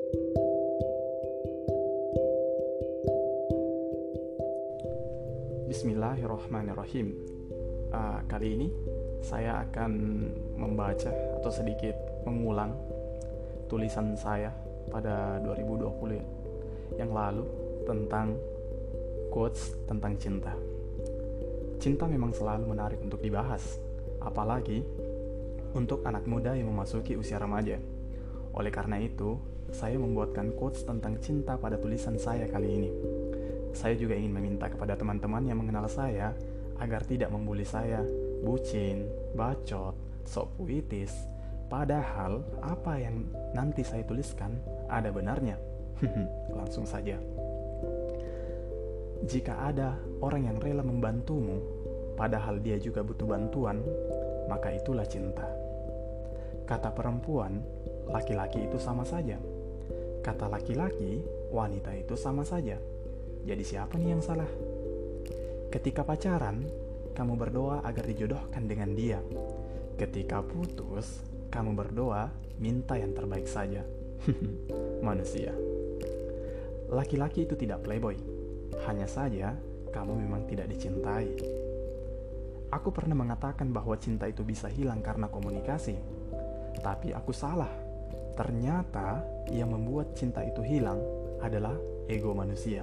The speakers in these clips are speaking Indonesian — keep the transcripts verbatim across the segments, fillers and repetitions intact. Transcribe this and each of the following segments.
Bismillahirrahmanirrahim. Uh, kali ini saya akan membaca atau sedikit mengulang tulisan saya pada dua ribu dua puluh yang lalu tentang quotes tentang cinta. Cinta memang selalu menarik untuk dibahas, apalagi untuk anak muda yang memasuki usia remaja. Oleh karena itu, saya membuatkan quotes tentang cinta pada tulisan saya kali ini. Saya juga ingin meminta kepada teman-teman yang mengenal saya agar tidak membuli saya bucin, bacot, sok puitis. Padahal apa yang nanti saya tuliskan ada benarnya. Langsung saja. Jika ada orang yang rela membantumu, padahal dia juga butuh bantuan, maka itulah cinta. Kata perempuan, laki-laki itu sama saja. Kata laki-laki, wanita itu sama saja. Jadi siapa nih yang salah? Ketika pacaran, kamu berdoa agar dijodohkan dengan dia. Ketika putus, kamu berdoa minta yang terbaik saja. Manusia. Laki-laki itu tidak playboy. Hanya saja kamu memang tidak dicintai. Aku pernah mengatakan bahwa cinta itu bisa hilang karena komunikasi. Tapi aku salah. Ternyata yang membuat cinta itu hilang adalah ego manusia.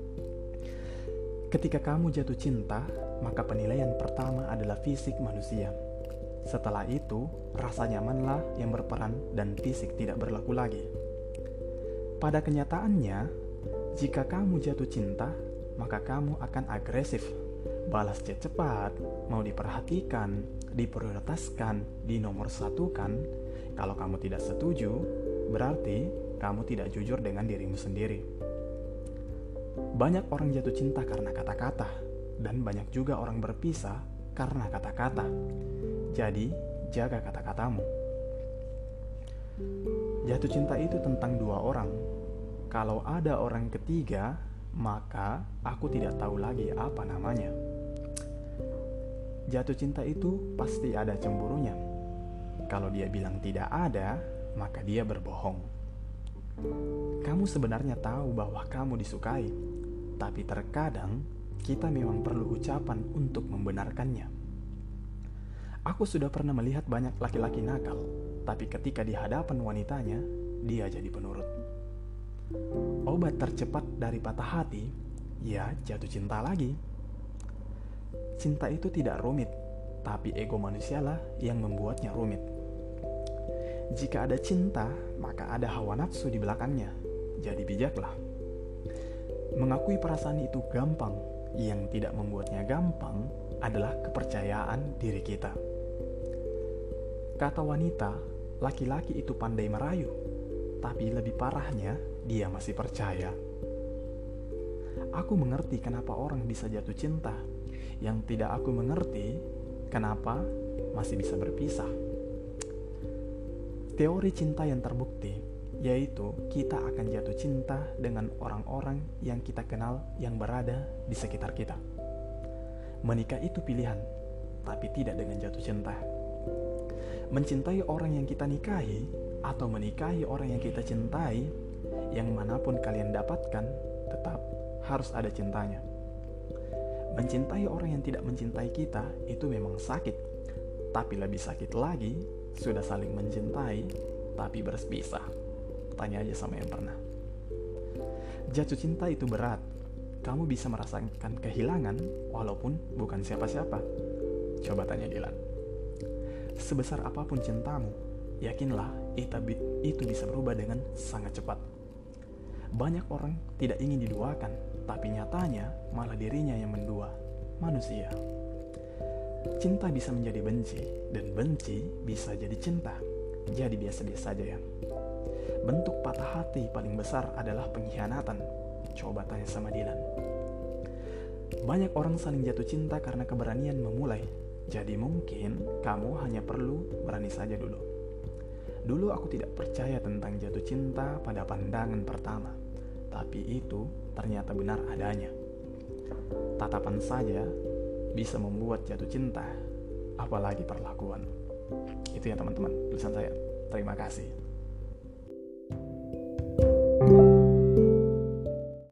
Ketika kamu jatuh cinta, maka penilaian pertama adalah fisik manusia. Setelah itu, rasa nyamanlah yang berperan dan fisik tidak berlaku lagi. Pada kenyataannya, jika kamu jatuh cinta, maka kamu akan agresif, balas chat cepat, mau diperhatikan, diprioritaskan, dinomorsatukan. Kalau kamu tidak setuju, berarti kamu tidak jujur dengan dirimu sendiri. Banyak orang jatuh cinta karena kata-kata, dan banyak juga orang berpisah karena kata-kata. Jadi, jaga kata-katamu. Jatuh cinta itu tentang dua orang. Kalau ada orang ketiga, maka aku tidak tahu lagi apa namanya. Jatuh cinta itu pasti ada cemburunya. Kalau dia bilang tidak ada, maka dia berbohong. Kamu sebenarnya tahu bahwa kamu disukai, tapi terkadang kita memang perlu ucapan untuk membenarkannya. Aku sudah pernah melihat banyak laki-laki nakal, tapi ketika di hadapan wanitanya, dia jadi penurut. Obat tercepat dari patah hati, ya jatuh cinta lagi. Cinta itu tidak rumit, tapi ego manusialah yang membuatnya rumit. Jika ada cinta, maka ada hawa nafsu di belakangnya. Jadi bijaklah. Mengakui perasaan itu gampang. Yang tidak membuatnya gampang adalah kepercayaan diri kita. Kata wanita, laki-laki itu pandai merayu, tapi lebih parahnya, dia masih percaya. Aku mengerti kenapa orang bisa jatuh cinta. Yang tidak aku mengerti, kenapa masih bisa berpisah. Teori cinta yang terbukti, yaitu kita akan jatuh cinta dengan orang-orang yang kita kenal yang berada di sekitar kita. Menikah itu pilihan, tapi tidak dengan jatuh cinta. Mencintai orang yang kita nikahi, atau menikahi orang yang kita cintai, yang manapun kalian dapatkan, tetap harus ada cintanya. Mencintai orang yang tidak mencintai kita, itu memang sakit. Tapi lebih sakit lagi, sudah saling mencintai, tapi berpisah. Tanya aja sama yang pernah. Jatuh cinta itu berat. Kamu bisa merasakan kehilangan walaupun bukan siapa-siapa. Coba tanya Dilan. Sebesar apapun cintamu, yakinlah itu bisa berubah dengan sangat cepat. Banyak orang tidak ingin diduakan, tapi nyatanya malah dirinya yang mendua. Manusia. Cinta bisa menjadi benci, dan benci bisa jadi cinta. Jadi biasa-biasa saja ya. Bentuk patah hati paling besar adalah pengkhianatan. Coba tanya sama Dilan. Banyak orang saling jatuh cinta karena keberanian memulai. Jadi mungkin kamu hanya perlu berani saja dulu. Dulu aku tidak percaya tentang jatuh cinta pada pandangan pertama. Tapi itu ternyata benar adanya. Tatapan saja bisa membuat jatuh cinta, apalagi perlakuan. Itu ya teman-teman, tulisan saya. Terima kasih.